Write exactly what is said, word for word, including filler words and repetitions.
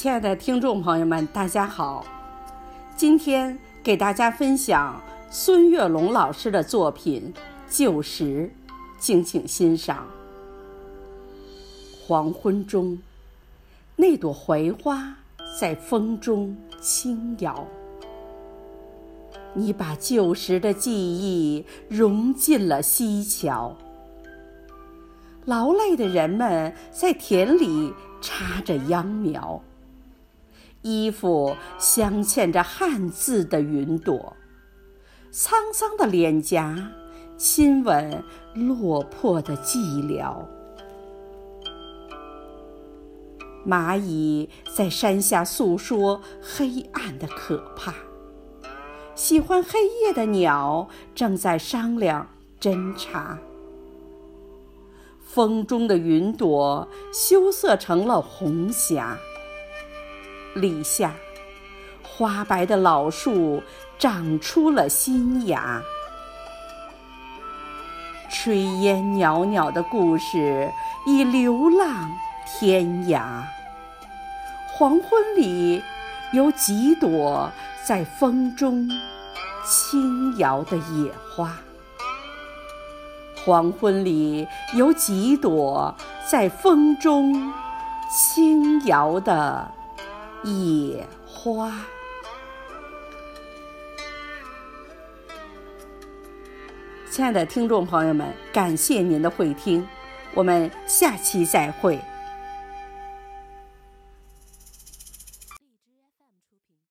亲爱的听众朋友们，大家好，今天给大家分享孙月龙老师的作品《旧时》，敬请欣赏。黄昏中，那朵槐花在风中轻摇，你把旧时的记忆融进了溪桥。劳累的人们在田里插着秧苗，衣服镶嵌着汉字的云朵，沧桑的脸颊亲吻落魄的寂寥。蚂蚁在山下诉说黑暗的可怕，喜欢黑夜的鸟正在商量侦查。风中的云朵羞涩成了红霞，篱下花白的老树长出了新芽。炊烟袅袅的故事已流浪天涯，黄昏里有几朵在风中轻摇的野花，黄昏里有几朵在风中轻摇的野花。亲爱的听众朋友们，感谢您的会听，我们下期再会。